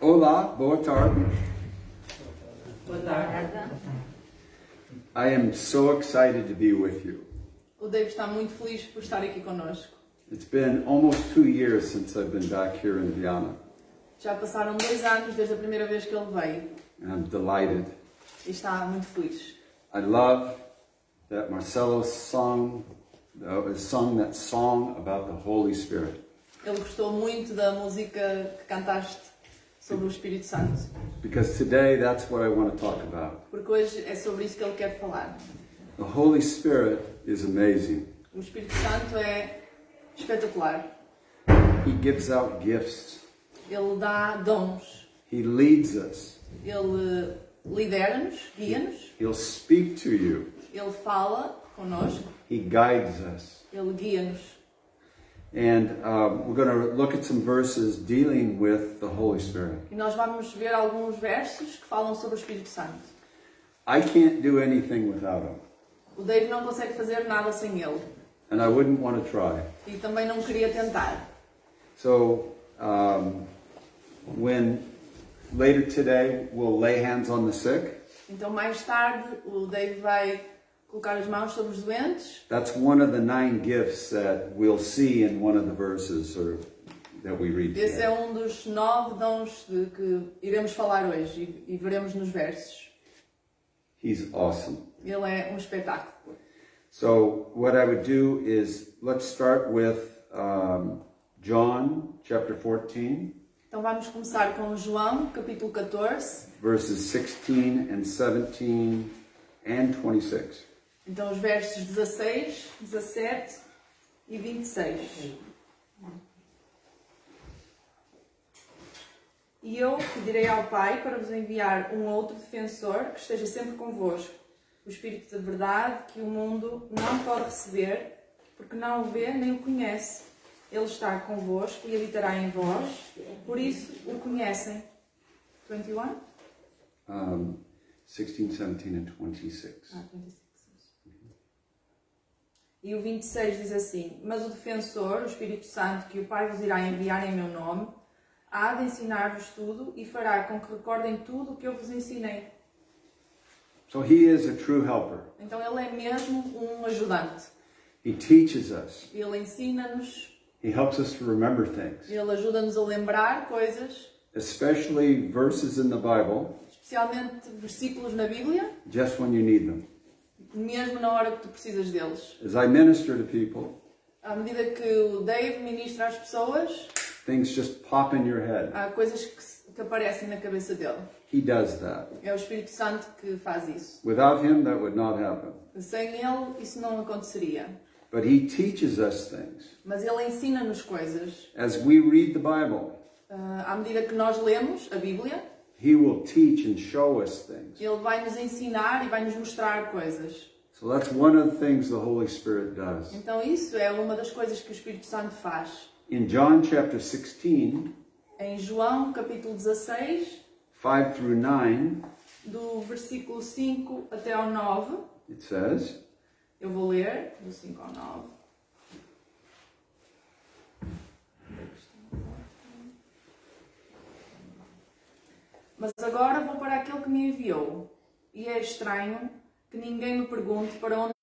Olá, boa tarde. Boa tarde. I am so excited to be with you. O Dave está muito feliz por estar aqui conosco. It's been almost 2 years since I've been back here in Vienna. Já passaram 2 anos desde a primeira vez que ele veio And I'm delighted. e está muito feliz. I love that Marcelo sung that song about the Holy Spirit. Ele gostou muito da música que cantaste sobre o Espírito Santo. Because today that's what I want to talk about. Porque hoje é sobre isso que ele quer falar. The Holy Spirit is amazing. O Espírito Santo é espetacular. He gives out gifts. Ele dá dons. He leads us. Ele lidera-nos, guia-nos. He'll speak to you. Ele fala conosco. He guides us. Ele guia-nos. And we're going to look at some verses dealing with the Holy Spirit. E nós vamos ver alguns versos que falam sobre o Espírito Santo. I can't do anything without him. O Dave não consegue fazer nada sem ele. And I wouldn't want to try. E também não queria tentar. So, when later today we'll lay hands on the sick. Então mais tarde o Dave vai colocar as mãos sobre os doentes. That's one of the 9 gifts that we'll see in one of the verses that we read today. Esse é dos 9 dons de que iremos falar hoje e veremos nos versos. He's awesome. Ele é espetáculo. So what I would do is let's start with John chapter 14. Então vamos começar com João, capítulo 14. Verses 16 and 17 and 26. Então os versos 16, 17 e 26. E eu pedirei ao Pai para vos enviar um outro defensor que esteja sempre convosco, o Espírito da verdade que o mundo não pode receber, porque não o vê nem o conhece. Ele está convosco e habitará em vós, por isso o conhecem. 21? 16, 17 and 26. 26. E o 26 diz assim: Mas o defensor, o Espírito Santo, que o Pai vos irá enviar em meu nome, há de ensinar-vos tudo e fará com que recordem tudo o que eu vos ensinei. So he is a true helper. Então ele é mesmo ajudante. He teaches us. Ele ensina-nos. He helps us to remember things. Ele ajuda-nos a lembrar coisas. Especially verses in the Bible. Especialmente versículos na Bíblia. Just when you need them. Mesmo na hora que tu precisas deles. As I minister to people. À medida que o Dave ministra às pessoas. Things just pop in your head. Há coisas que aparecem na cabeça dele. He does that. É o Espírito Santo que faz isso. Without him, that would not happen. Sem ele, isso não aconteceria. But he teaches us things. Mas ele ensina-nos coisas. As we read the Bible, à medida que nós lemos a Bíblia, he will teach and show us things. ele vai nos ensinar e vai nos mostrar coisas. So that's one of the things the Holy Spirit does. Então isso é uma das coisas que o Espírito Santo faz. In John chapter 16, em João capítulo 16, 5 through 9, do versículo 5 até ao 9, it says, eu vou ler do 5 ao 9. Mas agora vou para aquele que me enviou, e é estranho que ninguém me pergunte para onde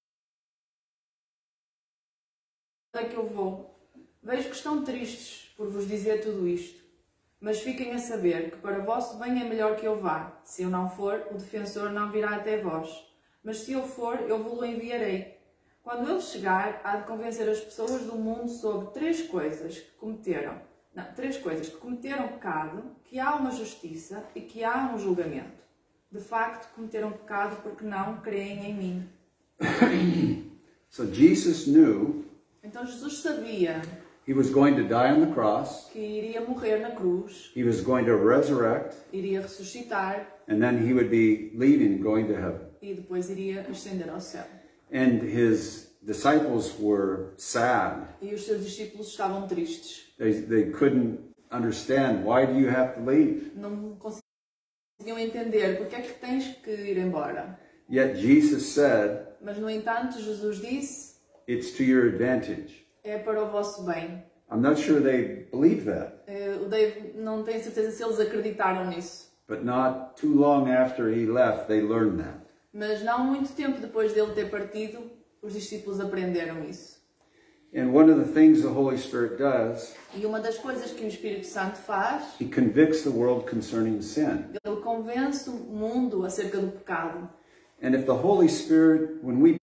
é que eu vou. Vejo que estão tristes por vos dizer tudo isto, mas fiquem a saber que para vosso bem é melhor que eu vá. Se eu não for, o defensor não virá até vós, mas se eu for, eu vos-lo enviarei. Quando ele chegar, há de convencer as pessoas do mundo sobre três coisas que cometeram pecado, que há uma justiça e que há um julgamento. De facto, cometeram pecado porque não creem em mim. So Jesus knew Então Jesus sabia he was going to die on the cross, que iria morrer na cruz, he was going to resurrect, iria ressuscitar and then he would be leaving, going to heaven. e depois iria ascender ao céu. And his disciples were sad. E os seus discípulos estavam tristes. They couldn't understand, why do you have to leave? Não conseguiam entender porque é que tens que ir embora. Yet Jesus said, Mas no entanto Jesus disse, it's to your advantage. é para o vosso bem. I'm not sure they believe that. Os Dave não tem certeza se eles acreditaram nisso. But not too long after he left, they learned that. Mas não muito tempo depois dele ter partido, os discípulos aprenderam isso. And one of the things the Holy Spirit does, E uma das coisas que o Espírito Santo faz, he convicts the world concerning sin. ele convence o mundo acerca do pecado. And if the Holy Spirit, when we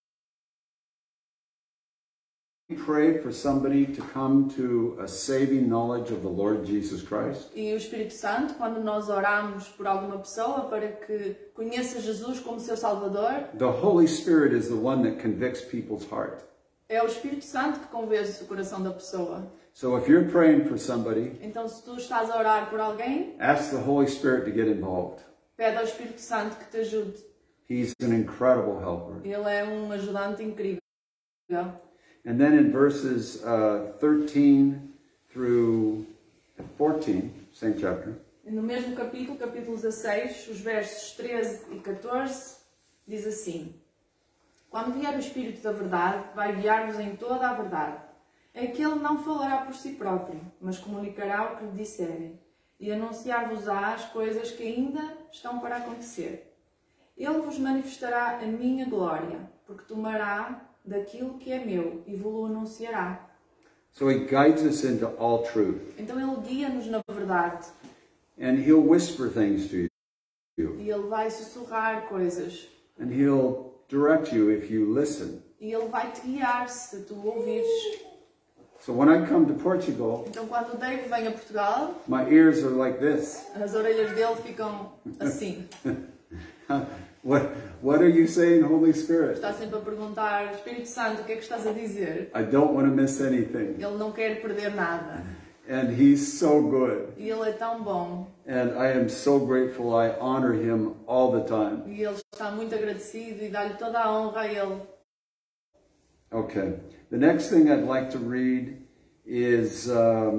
pray for somebody to come to a saving knowledge of the Lord Jesus Christ, E o Espírito Santo, quando nós oramos por alguma pessoa para que conheça Jesus como seu Salvador, the Holy Spirit is the one that convicts people's heart. é o Espírito Santo que convence o coração da pessoa. So if you're praying for somebody, Então, se tu estás a orar por alguém, ask the Holy Spirit to get involved. pede ao Espírito Santo que te ajude. He's an incredible helper. Ele é um ajudante incrível. And then in verses 13 through 14, same chapter, E no mesmo capítulo, capítulo 16, os versos 13 e 14, diz assim: Quando vier o Espírito da verdade, vai guiar-vos em toda a verdade. É que ele não falará por si próprio, mas comunicará o que lhe disserem, e anunciar-vos-á as coisas que ainda estão para acontecer. Ele vos manifestará a minha glória, porque tomará daquilo que é meu e vos-lo anunciará. so he guides us into all truth. Então ele guia-nos na verdade, And he'll whisper things to you. e ele vai sussurrar coisas, And he'll direct you if you listen. e ele vai te guiar se tu ouvires. So when I come to Portugal, Então quando o Dave vem a Portugal, my ears are like this. as orelhas dele ficam assim. What are you saying, Holy Spirit? Está sempre a perguntar: Espírito Santo, o que é que estás a dizer? I don't want to miss anything. Ele não quer perder nada. And he's so good. E ele é tão bom. And I am so grateful. I honor him all the time. E ele está muito agradecido e dá-lhe toda a honra a ele. Okay. The next thing I'd like to read is,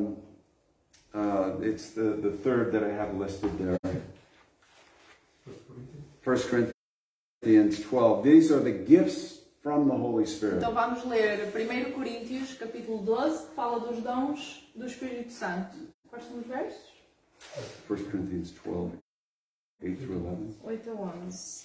it's the third that I have listed there. 1 Corinthians 12. These are the gifts from the Holy Spirit. Então vamos ler 1 Coríntios, capítulo 12, que fala dos dons do Espírito Santo. Quais são os versos? 1 Corinthians 12, 8 through 11. 8 a 11.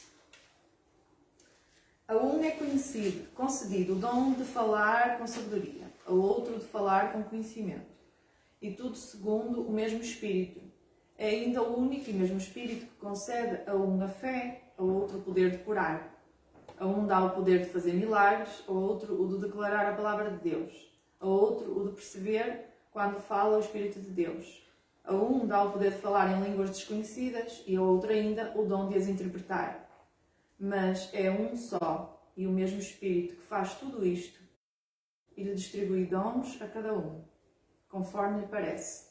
A um é concedido o dom de falar com sabedoria, ao outro de falar com conhecimento. E tudo segundo o mesmo Espírito. É ainda o único e mesmo Espírito que concede a um a fé, ao outro o poder de curar. A um dá o poder de fazer milagres, ao outro o de declarar a palavra de Deus. Ao outro o de perceber quando fala o Espírito de Deus. A um dá o poder de falar em línguas desconhecidas e ao outro ainda o dom de as interpretar. Mas é um só e o mesmo Espírito que faz tudo isto e lhe distribui dons a cada um, conforme lhe parece.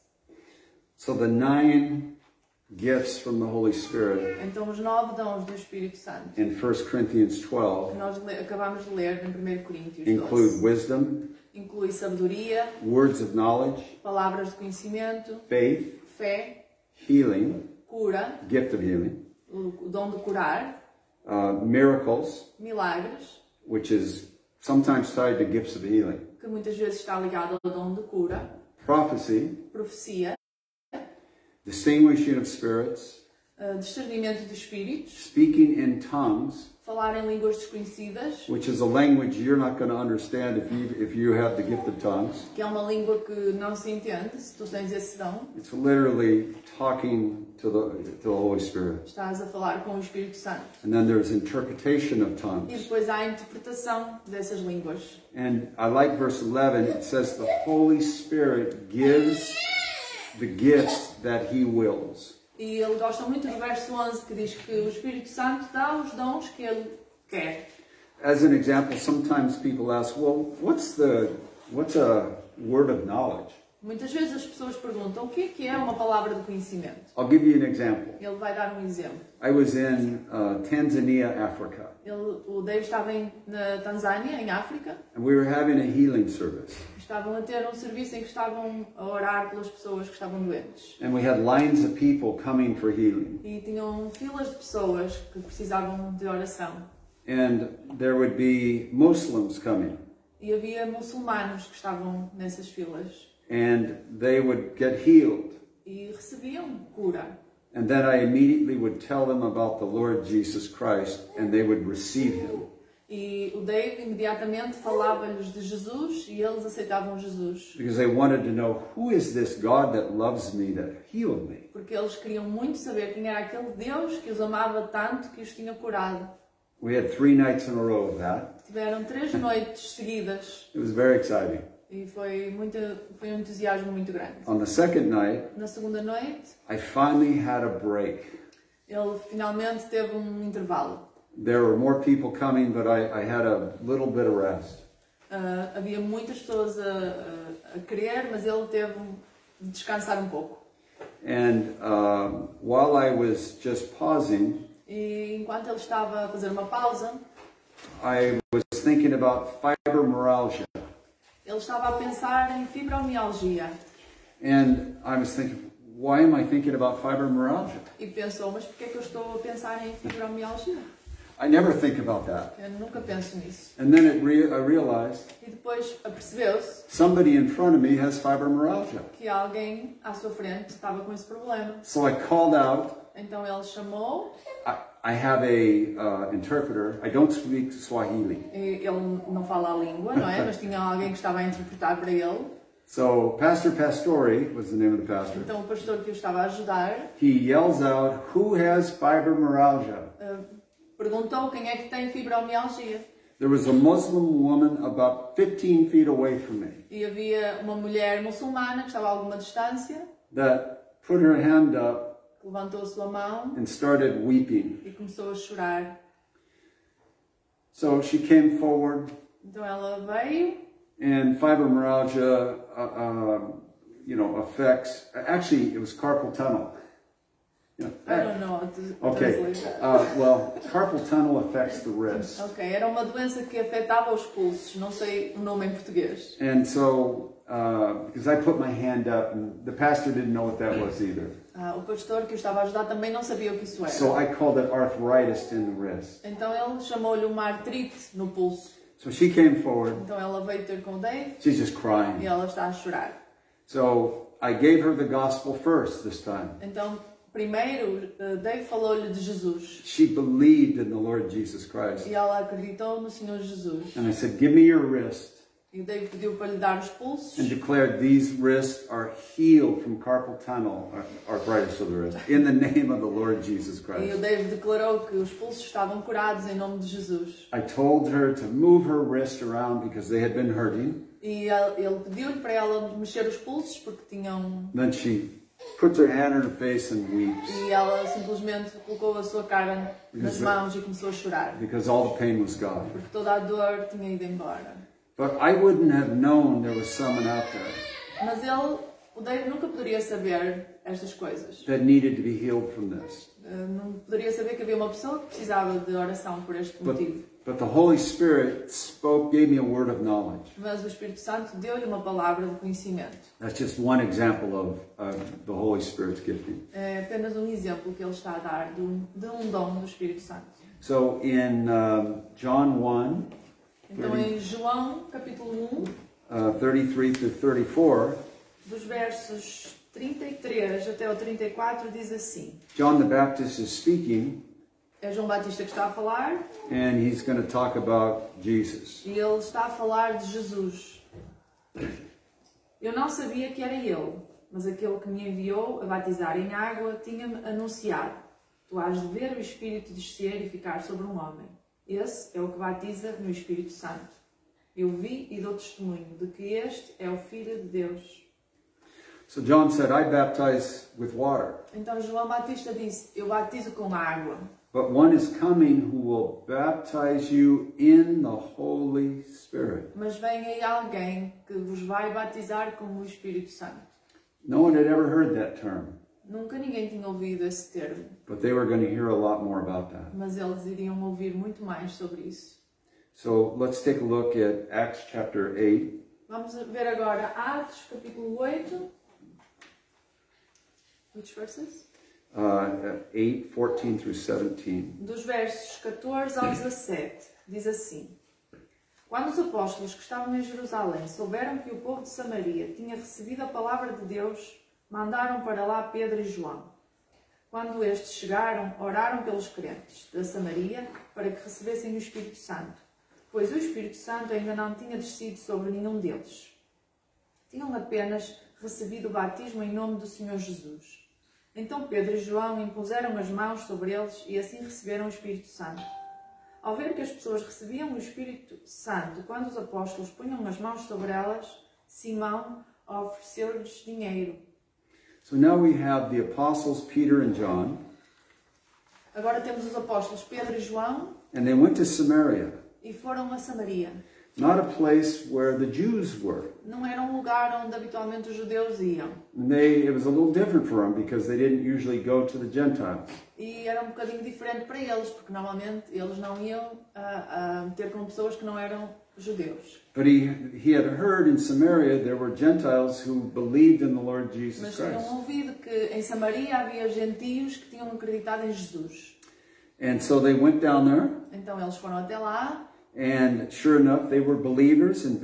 So the 9 gifts from the Holy Spirit Então os 9 dons do Espírito Santo in 1 Corinthians que 12 nós acabamos de ler em 1 Coríntios include 12 wisdom, inclui sabedoria, words of knowledge, palavras de conhecimento, faith, fé, healing, cura, gift of healing, o dom de curar, miracles, milagres, which is sometimes tied to gifts of healing, que muitas vezes está ligado ao dom de cura, prophecy, profecia, distinguishing of spirits, discernimento de espíritos, speaking in tongues, falar em línguas desconhecidas, which is a language you're not going to understand if you have the gift of tongues. que é uma língua que não se entende se tu tens esse dom. It's literally talking to the Holy Spirit. Estás a falar com o Espírito Santo. And then there's interpretation of E tongues. depois há a interpretação dessas línguas. And I like verse 11. It says the Holy Spirit gives the gifts that he wills. E ele gosta muito do verso 11 que diz que o Espírito Santo dá os dons que ele quer. As an example, sometimes people ask, well, what's a word of knowledge? Muitas vezes as pessoas perguntam o que é uma palavra de conhecimento. I'll give you an example. Ele vai dar um exemplo. I was in Tanzania, Africa, O Dave estava na Tanzânia, em África. and we were having a healing service. Estavam a ter um serviço em que estavam a orar pelas pessoas que estavam doentes. And we had lines of people coming for healing. E tinham filas de pessoas que precisavam de oração. And there would be Muslims coming. E havia muçulmanos que estavam nessas filas. And they would get healed. E e recebiam cura. And then I immediately would tell them about the Lord Jesus Christ, and they would receive him. E o Dave imediatamente falava-lhes de Jesus e eles aceitavam Jesus. Because they wanted to know, who is this God that loves me, that healed me? Porque eles queriam muito saber quem era aquele Deus que os amava tanto que os tinha curado. We had 3 nights in a row of that. Tiveram 3 noites seguidas It was very exciting. e foi um entusiasmo muito grande. On the second night, Na segunda noite, I finally had a break. ele finalmente teve um intervalo. There were more people coming, but I had a little bit of rest. Havia muitas pessoas a querer, mas ele teve de descansar um pouco. And while I was just pausing, E enquanto ele estava a fazer uma pausa, I was thinking about fibromyalgia. ele estava a pensar em fibromialgia. And I was thinking, why am I thinking about fibromyalgia? E pensou, mas porquê é que eu estou a pensar em fibromialgia? I never think about that. Eu nunca penso nisso. And then I realized E depois apercebeu-se somebody in front of me has fibromyalgia. que alguém à sua frente estava com esse problema. So I called out. Então ele chamou, I have a interpreter. I don't speak Swahili. e ele não fala a língua, não é? Mas tinha alguém que estava a interpretar para ele. So Pastor Pastori was the name of the pastor. Então o pastor que o estava a ajudar He yells out, who has fibromyalgia? perguntou quem é que tem fibromialgia. There was a Muslim woman about 15 feet away from me E havia uma mulher muçulmana que estava a alguma distância, that put her hand up que levantou a sua mão and started weeping. e começou a chorar. So she came forward, Então ela veio, and fibromyalgia, affects. Actually, it was carpal tunnel. I don't know how to Okay. translate that. Well, carpal tunnel affects the wrist, Ok, era uma doença que afetava os pulsos, não sei o nome em português. and so because I put my hand up, and the pastor didn't know what that was either. O pastor que o estava a ajudar também não sabia o que isso era. So I called it arthritis in the wrist. Então ele chamou-lhe uma artrite no pulso. So she came forward. Então ela veio ter com o Dave She's just e crying. ela está a chorar. So I gave her the gospel first this time. Então, primeiro, Dave falou-lhe de Jesus. She believed in the Lord Jesus Christ. E ela acreditou no Senhor Jesus. And I said, give me your wrist. E o Dave pediu para lhe dar os pulsos. And declared these wrists are healed from carpal tunnel, arthritis of the wrist, in the name of the Lord Jesus E o Christ. Dave declarou que os pulsos estavam curados em nome de Jesus. I told her to move her wrist around because they had been hurting. E ele pediu-lhe para ela mexer os pulsos porque tinham... Then she puts her hand on her face and weeps E ela simplesmente colocou a sua cara nas mãos e começou a chorar. because all the pain was gone. Porque toda a dor tinha ido embora. But I wouldn't have known there was someone out there Mas o Dave nunca poderia saber estas coisas. that needed to be healed from this. Não poderia saber que havia uma pessoa que precisava de oração por este motivo. But the Holy Spirit gave me a word of knowledge. Mas o Espírito Santo deu-lhe uma palavra de conhecimento. That's just one example of the Holy Spirit's gifting. É apenas um exemplo que ele está a dar de um dom do Espírito Santo. So in John 1, Então em João capítulo 1, 33 through 34, dos versos 33 até o 34 diz assim. John the Baptist is speaking, É João Batista que está a falar and he's going to talk about Jesus. e ele está a falar de Jesus. Eu não sabia que era ele, mas aquele que me enviou a batizar em água tinha-me anunciado. Tu hás de ver o Espírito descer e ficar sobre um homem. Esse é o que batiza no Espírito Santo. Eu vi e dou testemunho de que este é o Filho de Deus. So John said, I baptize with water, Então João Batista disse, eu batizo com água. but one is coming who will baptize you in the Holy Spirit. Mas vem aí alguém que vos vai batizar com o Espírito Santo. No one had ever heard that term, Nunca ninguém tinha ouvido esse termo, but they were going to hear a lot more about that. mas eles iriam ouvir muito mais sobre isso. So let's take a look at Acts chapter 8. Vamos ver agora Atos, capítulo 8. Which verses? 8, 14 through 17. Dos versos 14 ao 17. Diz assim. Quando os apóstolos que estavam em Jerusalém souberam que o povo de Samaria tinha recebido a palavra de Deus, mandaram para lá Pedro e João. Quando estes chegaram, oraram pelos crentes da Samaria para que recebessem o Espírito Santo, pois o Espírito Santo ainda não tinha descido sobre nenhum deles. Tinham apenas recebido o batismo em nome do Senhor Jesus. Então Pedro e João impuseram as mãos sobre eles e assim receberam o Espírito Santo. Ao ver que as pessoas recebiam o Espírito Santo quando os apóstolos punham as mãos sobre elas, Simão ofereceu-lhes dinheiro. So now we have the apostles Peter and John, Agora temos os apóstolos Pedro e João and they went to Samaria, e foram a Samaria. not a place where the Jews were. Não era um lugar onde habitualmente os judeus iam. And it was a little different for them because they didn't usually go to the Gentiles. E era um bocadinho diferente para eles, porque normalmente eles não iam ter com pessoas que não eram judeus. But he had heard in Samaria there were Gentiles who believed in the Lord Jesus Mas Christ. tinham ouvido que em Samaria havia gentios que tinham acreditado em Jesus. And so they went down there, Então eles foram até lá and sure enough, they were believers in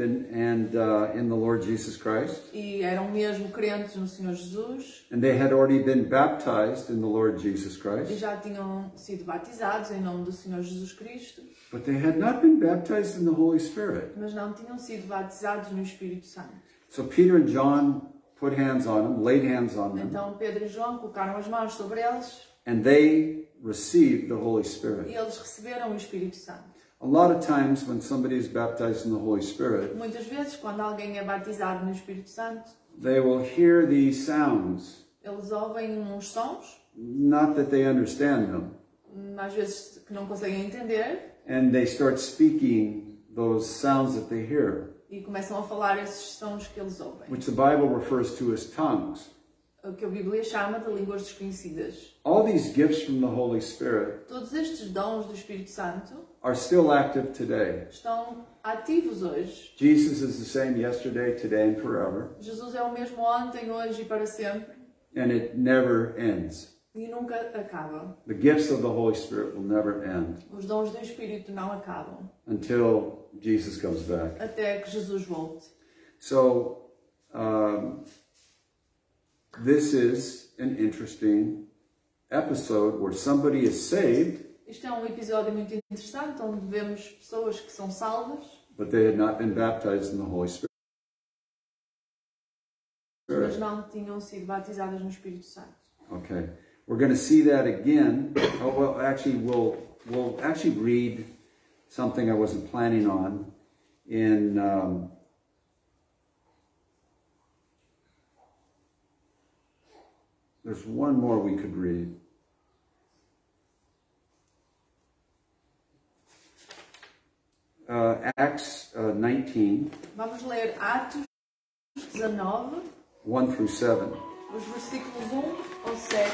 the Lord Jesus Christ. e eram mesmo crentes no Senhor Jesus And they had already been baptized in the Lord Jesus e Christ. já tinham sido batizados em nome do Senhor Jesus Cristo, But they had not been baptized in the Holy Spirit. mas não tinham sido batizados no Espírito Santo. So Peter and John put hands on them, laid hands on them, Então Pedro e João colocaram as mãos sobre eles and they received the Holy e Spirit. eles receberam o Espírito Santo. A lot of times when somebody is baptized in the Holy Spirit, Muitas vezes, quando alguém é batizado no Espírito Santo, they will hear these sounds, eles ouvem uns sons, not that they understand them, às vezes que não conseguem entender, and they start speaking those sounds that they hear, e começam a falar esses sons que eles ouvem. which the Bible refers to as tongues. O que a Bíblia chama de línguas desconhecidas. All these gifts from the Holy Spirit Todos estes dons do Espírito Santo are still active today. estão ativos hoje. Jesus is the same yesterday, today, and forever, Jesus é o mesmo ontem, hoje e para sempre, and it never ends. e nunca acaba. The gifts of the Holy Spirit will never end Os dons do Espírito não acabam until Jesus comes back. até que Jesus volte. So, this is an interesting episode where somebody is saved, Este é um episódio muito interessante, onde vemos pessoas que são salvas, but they had not been baptized in the Holy Spirit. mas não tinham sido batizadas no Espírito Santo. Okay, we're going to see that again. Oh, well, actually, we'll actually read something I wasn't planning on in there's one more we could read. Acts 19, Vamos ler Atos 19, 1 through 7. os versículos 1 ao 7.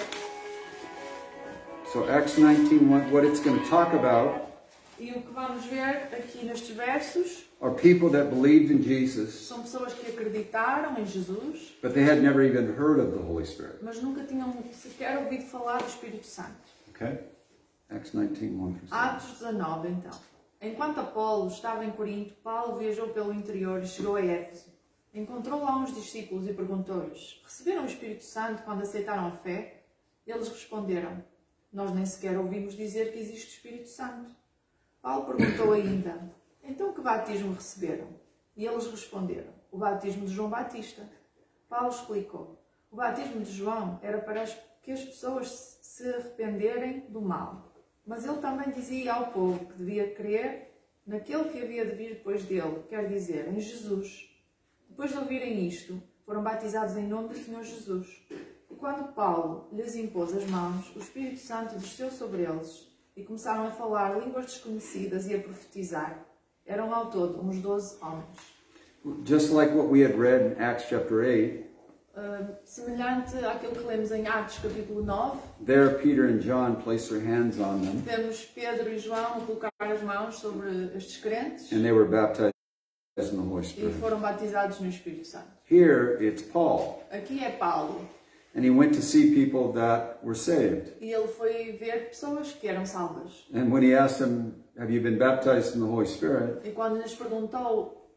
So Acts 19, what it's going to talk about E o que vamos ver aqui nestes versos are people that believed in Jesus, são pessoas que acreditaram em Jesus, but they had never even heard of the Holy Spirit. mas nunca tinham sequer ouvido falar do Espírito Santo. Okay? Acts 19, 1 through 7. Atos 19, então. Enquanto Apolo estava em Corinto, Paulo viajou pelo interior e chegou a Éfeso. Encontrou lá uns discípulos e perguntou-lhes: receberam o Espírito Santo quando aceitaram a fé? Eles responderam: nós nem sequer ouvimos dizer que existe o Espírito Santo. Paulo perguntou ainda: então que batismo receberam? E eles responderam: o batismo de João Batista. Paulo explicou: o batismo de João era para que as pessoas se arrependerem do mal. Mas ele também dizia ao povo que devia crer naquele que havia de vir depois dele, quer dizer, em Jesus. Depois de ouvirem isto, foram batizados em nome do Senhor Jesus. E quando Paulo lhes impôs as mãos, o Espírito Santo desceu sobre eles e começaram a falar línguas desconhecidas e a profetizar. Eram ao todo uns 12 homens. Just like what we had read in Acts chapter 8, Semelhante àquilo que lemos em Atos capítulo 9, there Peter and John placed their hands on them, vemos Pedro e João a colocar as mãos sobre estes crentes and they were baptized in the Holy e Spirit. foram batizados no Espírito Santo. Here it's Paul, Aqui é Paulo, and he went to see people that were saved. e ele foi ver pessoas que eram salvas. And when he asked them, have you been baptized in the Holy Spirit? E quando lhes perguntou: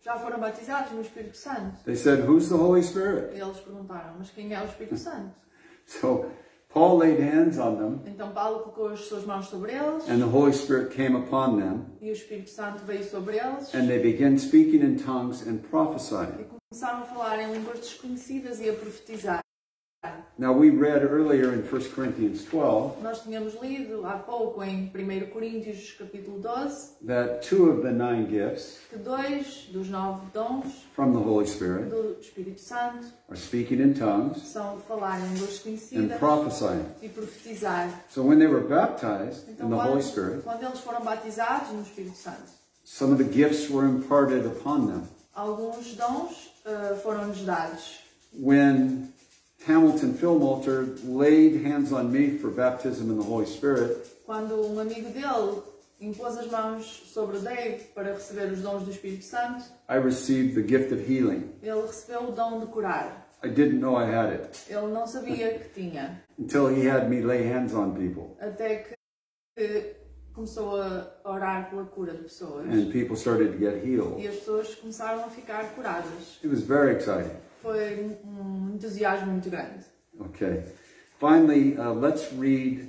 já foram batizados no Espírito Santo? They said, who's the Holy Spirit? E eles perguntaram, mas quem é o Espírito Santo? So Paul laid hands on them, Então Paulo colocou as suas mãos sobre eles and the Holy Spirit came upon them, e o Espírito Santo veio sobre eles and they began speaking in tongues and prophesying. e começaram a falar em línguas desconhecidas e a profetizar. Now we read earlier in 1 Corinthians 12 Nós tínhamos lido há pouco em 1 Coríntios capítulo 12 that 2 of the 9 gifts que 2 dos 9 dons from the Holy Spirit do Espírito Santo are speaking in tongues são falar em línguas and desconhecidas prophesying. e profetizar. So when they were baptized Então, in the Holy Spirit, quando eles foram batizados no Espírito Santo, some of the gifts were imparted upon them. alguns dons foram-lhes dados. When Hamilton Philmolter laid hands on me for baptism in the Holy Spirit, Quando um amigo dele impôs as mãos sobre Dave para receber os dons do Espírito Santo, I received the gift of healing. ele recebeu o dom de curar. I didn't know I had it Ele não sabia que tinha, until he had me lay hands on people, até que começou a orar pela cura de pessoas. and people started to get healed. E as pessoas começaram a ficar curadas. It was very exciting. Foi entusiasmo muito grande. Okay. Finally, let's read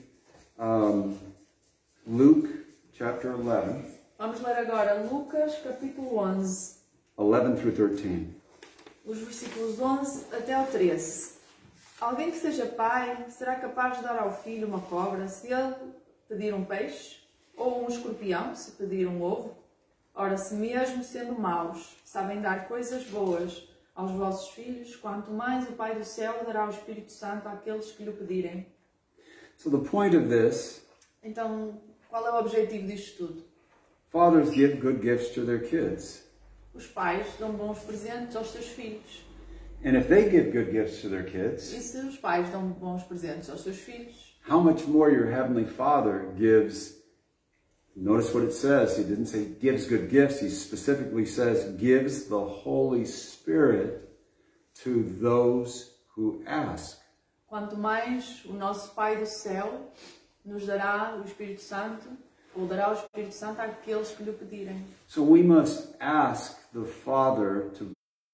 Luke chapter 11, Vamos ler agora Lucas capítulo 11, 11 through 13. os versículos 11 até ao 13. Alguém que seja pai será capaz de dar ao filho uma cobra se ele pedir um peixe? Ou um escorpião se pedir um ovo? Ora, se mesmo sendo maus, sabem dar coisas boas aos vossos filhos, quanto mais o Pai do céu dará o Espírito Santo àqueles que lhe pedirem. So the point of this, Então, qual é o objetivo disto tudo? fathers give good gifts to their kids. Os pais dão bons presentes aos seus filhos. And if they give good gifts to their E kids, se os pais dão bons presentes aos seus filhos, how much more your heavenly Father gives. Notice what it says. He didn't say gives good gifts. He specifically says gives the Holy Spirit to those who ask. quanto mais o nosso Pai do céu nos dará o Espírito Santo, ou dará o Espírito Santo àqueles que lhe pedirem. So we must ask the Father to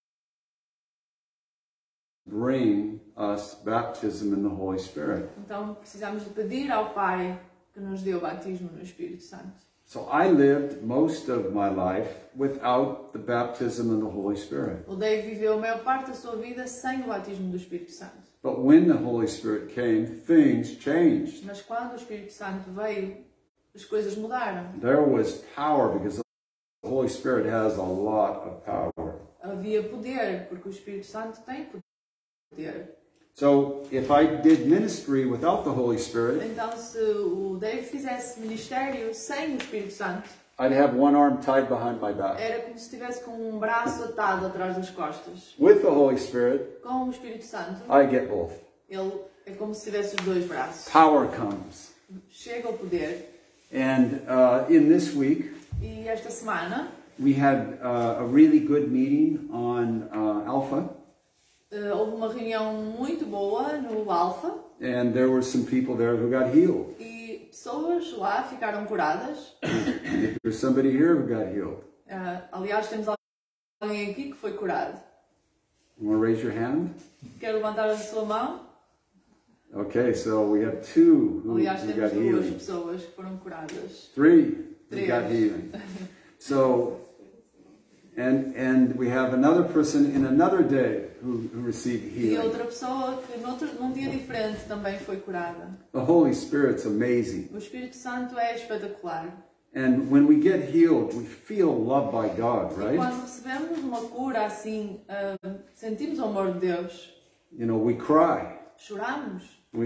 bring us baptism in the Holy Spirit. Então precisamos de pedir ao Pai que nos deu o batismo no Espírito Santo. So I lived most of my life without the baptism in the Holy Spirit. O Dave viveu a maior parte da sua vida sem o batismo do Espírito Santo. But when the Holy Spirit came, things changed. Mas quando o Espírito Santo veio, as coisas mudaram. There was power because the Holy Spirit has a lot of power. Havia poder, porque o Espírito Santo tem poder. So if I did ministry without the Holy Spirit, Então, se o Dave fizesse ministério sem o Espírito Santo, I'd have one arm tied behind my back. era como se estivesse com um braço atado atrás das costas. With the Holy Spirit, Com o Espírito Santo, I get both. ele é como se tivesse os dois braços. Power comes. Chega o poder. And in this week, E esta semana, we had a really good meeting on Alpha. houve uma reunião muito boa no Alfa And there were some people there who got healed. e pessoas lá ficaram curadas. There's somebody here who got healed. Aliás, temos alguém aqui que foi curado. You want to raise your hand? Quer levantar a sua mão? Okay, so we have two who Aliás, got temos duas healing. pessoas que foram curadas. Three who Três. got healing. So, and we have another person in another day who received E healing. outra pessoa que num dia diferente também foi curada. The Holy Spirit's amazing. O Espírito Santo é espetacular. And when we get healed, we feel loved by God, E right? quando recebemos uma cura assim, sentimos o amor de Deus. You know, we cry. Choramos.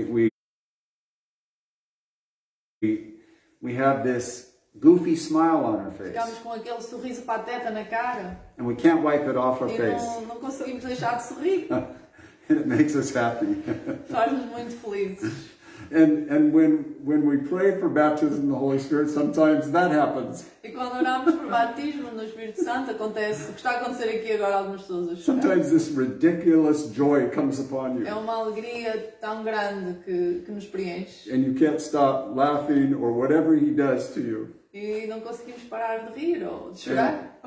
We have this goofy smile on our face. Ficamos com aquele sorriso pateta na cara. And we can't wipe it off our E face. não conseguimos deixar de sorrir. And it makes us happy. Faz-nos muito felizes. And when we pray for baptism in the Holy Spirit, sometimes that happens. E quando oramos por batismo no Espírito Santo, acontece o que está a acontecer aqui agora, algumas pessoas a chorar. Sometimes this ridiculous joy comes upon É you. uma alegria tão grande que nos preenche. And you can't stop laughing or whatever he does to you. E não conseguimos parar de rir ou de chorar.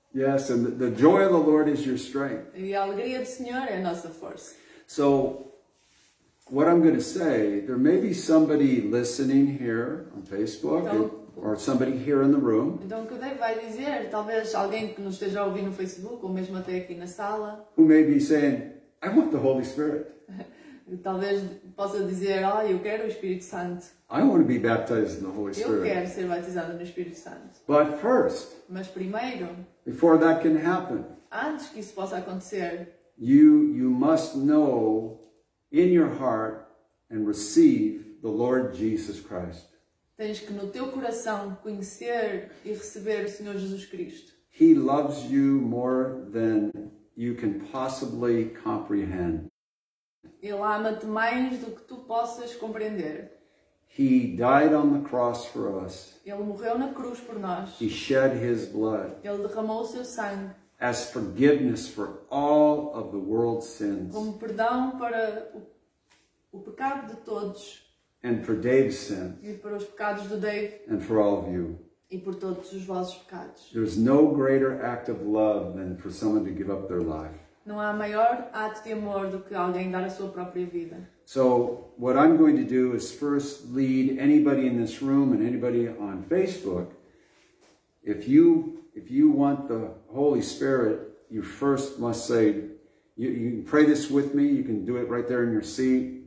Yes, and the joy of the Lord is your strength. E a alegria do Senhor é a nossa força. So, what I'm going to say, there may be somebody listening here on Facebook or somebody here in the room Então o que o Dave vai dizer, talvez alguém que nos esteja a ouvir no Facebook ou mesmo até aqui na sala, who may be saying, I want the Holy Spirit. talvez possa dizer, eu quero o Espírito Santo. I want to be baptized in the Holy Eu Spirit. quero ser batizado no Espírito Santo. But first, Mas primeiro, before that can happen, antes que isso possa acontecer, you must know in your heart and receive the Lord Jesus Christ. tens que no teu coração conhecer e receber o Senhor Jesus Cristo. He loves you more than you can possibly comprehend. Ele ama-te mais do que tu possas compreender. He died on the cross for us. Ele morreu na cruz por nós. He shed his blood Ele derramou o seu sangue as forgiveness for all of the world's sins como perdão para o pecado de todos and for Dave's sins e para os pecados do Dave and for all of you. e por todos os vossos pecados. There's no greater act of love than for someone to give up their life. Não há maior ato de amor do que alguém dar a sua própria vida. So what I'm going to do is first lead anybody in this room and anybody on Facebook. If you want the Holy Spirit, you first must say, you can pray this with me. You can do it right there in your seat.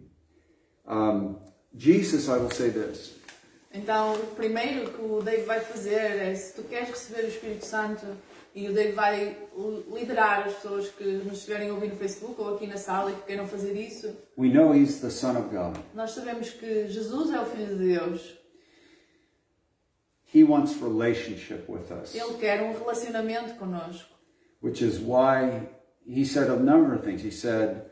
Jesus, I will say this. Então, o primeiro que o Dave vai fazer é, se tu queres receber o Espírito Santo, e o Dave vai liderar as pessoas que nos estiverem a ouvir no Facebook ou aqui na sala e que queiram fazer isso. We know He's the Son of God. Nós sabemos que Jesus é o Filho de Deus. He wants relationship with us. Ele quer um relacionamento connosco. Which is why He said a number of things. He said,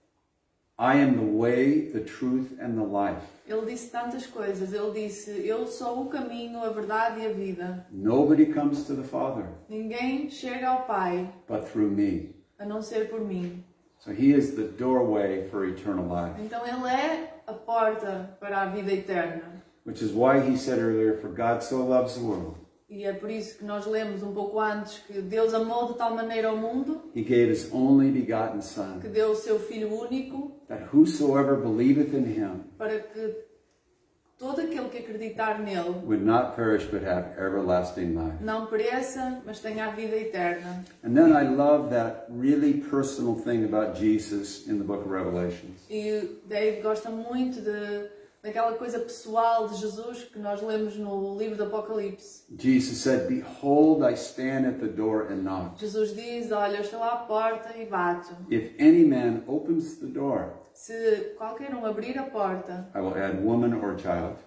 I am the way, the truth, and the life. Ele disse tantas coisas. Ele disse, eu sou o caminho, a verdade e a vida. Nobody comes to the Father Ninguém chega ao Pai but through me. a não ser por mim. So He is the doorway for eternal life. Então Ele é a porta para a vida eterna. Which is why He said earlier, for God so loves the world. E é por isso que nós lemos um pouco antes que Deus amou de tal maneira o mundo He gave His only begotten Son, que deu o seu Filho único that whosoever believeth in Him para que todo aquele que acreditar nele would not perish but have everlasting life. não pereça, mas tenha a vida eterna. And then I love that really personal thing about Jesus in the book of Revelations. E o Dave gosta muito daquela coisa pessoal de Jesus que nós lemos no livro do Apocalipse. Jesus said, behold, I stand at the door and knock. Jesus diz, olha, eu estou à porta e bato. If any man opens the door, Se qualquer um abrir a porta, I will add woman or child,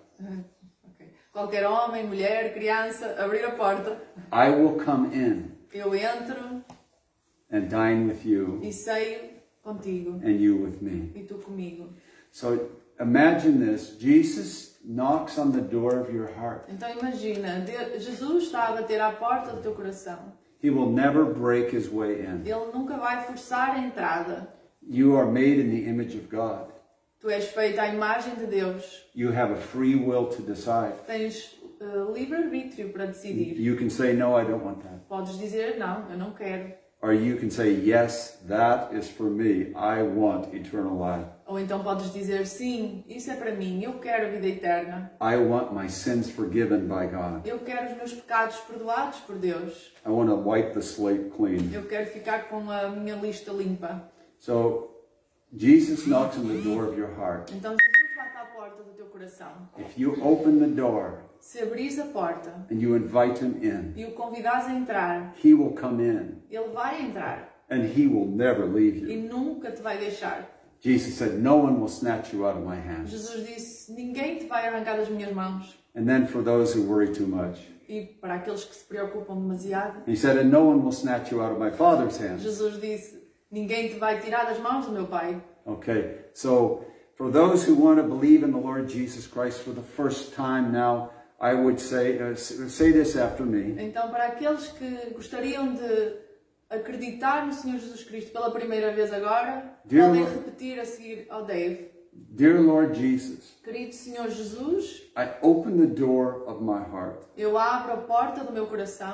qualquer homem, mulher, criança, abrir a porta, I will come in eu entro and dine with you e ceio contigo and you with me. e tu comigo. So imagine this. Jesus knocks on the door of your heart. Então imagina, Jesus está a bater à porta do teu coração. He will never break his way in. Ele nunca vai forçar a entrada. You are made in the image of God. Tu és feito à imagem de Deus. You have a free will to decide. Tens livre-arbítrio para decidir. You can say, no, I don't want that. Podes dizer, não, eu não quero. Or you can say, yes, that is for me. I want eternal life. Ou então podes dizer, sim, isso é para mim, eu quero a vida eterna. I want my sins forgiven by God. Eu quero os meus pecados perdoados por Deus. I want to wipe the slate clean. Eu quero ficar com a minha lista limpa. So, Jesus knocks on the door of your heart. Então Jesus bate à porta do teu coração. If you open the door Se abrires a porta and you invite him in, e o convidares a entrar, he will come in ele vai entrar and he will never leave e you. nunca te vai deixar. Jesus said, no one will snatch you out of my hands. Jesus disse, ninguém te vai arrancar das minhas mãos. And then for those who worry too much, E para aqueles que se preocupam demasiado, he said, and no one will snatch you out of my Father's hands. Jesus disse, ninguém te vai tirar das mãos do meu Pai. Okay, so for those who want to believe in the Lord Jesus Christ for the first time now, I would say this after me. Então, para aqueles que gostariam de acreditar no Senhor Jesus Cristo pela primeira vez agora, podem repetir a seguir ao Dave. Dear Lord Jesus, Querido Senhor Jesus, I open the door of my heart. eu abro a porta do meu coração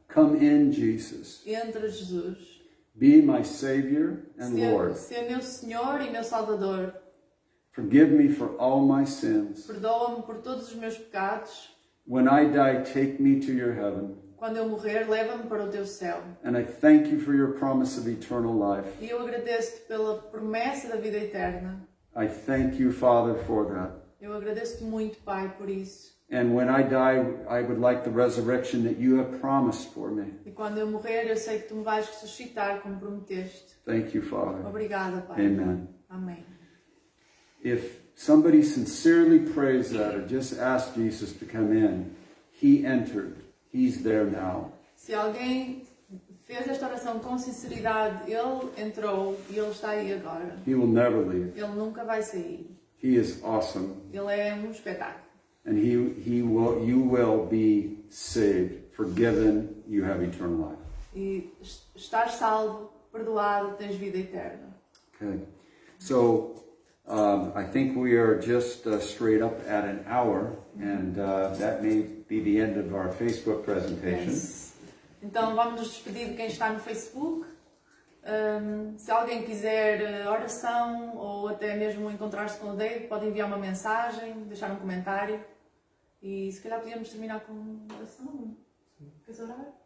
Come in, Jesus. Entra, Jesus. Be my Savior and Lord. Ser meu Senhor e meu Salvador. Forgive me for all my sins. Perdoa-me por todos os meus pecados. When I die, take me to your heaven. Quando eu morrer, leva-me para o teu céu. And I thank you for your promise of eternal life. E eu agradeço-te pela promessa da vida eterna. I thank you, Father, for that. Eu agradeço-te muito, Pai, por isso. And when I die, I would like the resurrection that you have promised for me. E quando eu morrer, eu sei que tu me vais ressuscitar como prometeste. Thank you, Father. Obrigada, Pai. Amen. Amém. If somebody sincerely prays that or just asks Jesus to come in, he entered. He's there now. Se alguém fez esta oração com sinceridade, ele entrou e ele está aí agora. He will never leave. Ele nunca vai sair. He is awesome. Ele é um espetáculo. And you will be saved, forgiven, you have eternal life. E estás salvo, perdoado, tens vida eterna. Okay. So, I think we are just straight up at an hour, and that may be the end of our Facebook presentation. Yes. Então vamos nos despedir de quem está no Facebook. Se alguém quiser oração ou até mesmo encontrar-se com o Dave, pode enviar uma mensagem, deixar um comentário. E se calhar podíamos terminar com oração. Queres orar?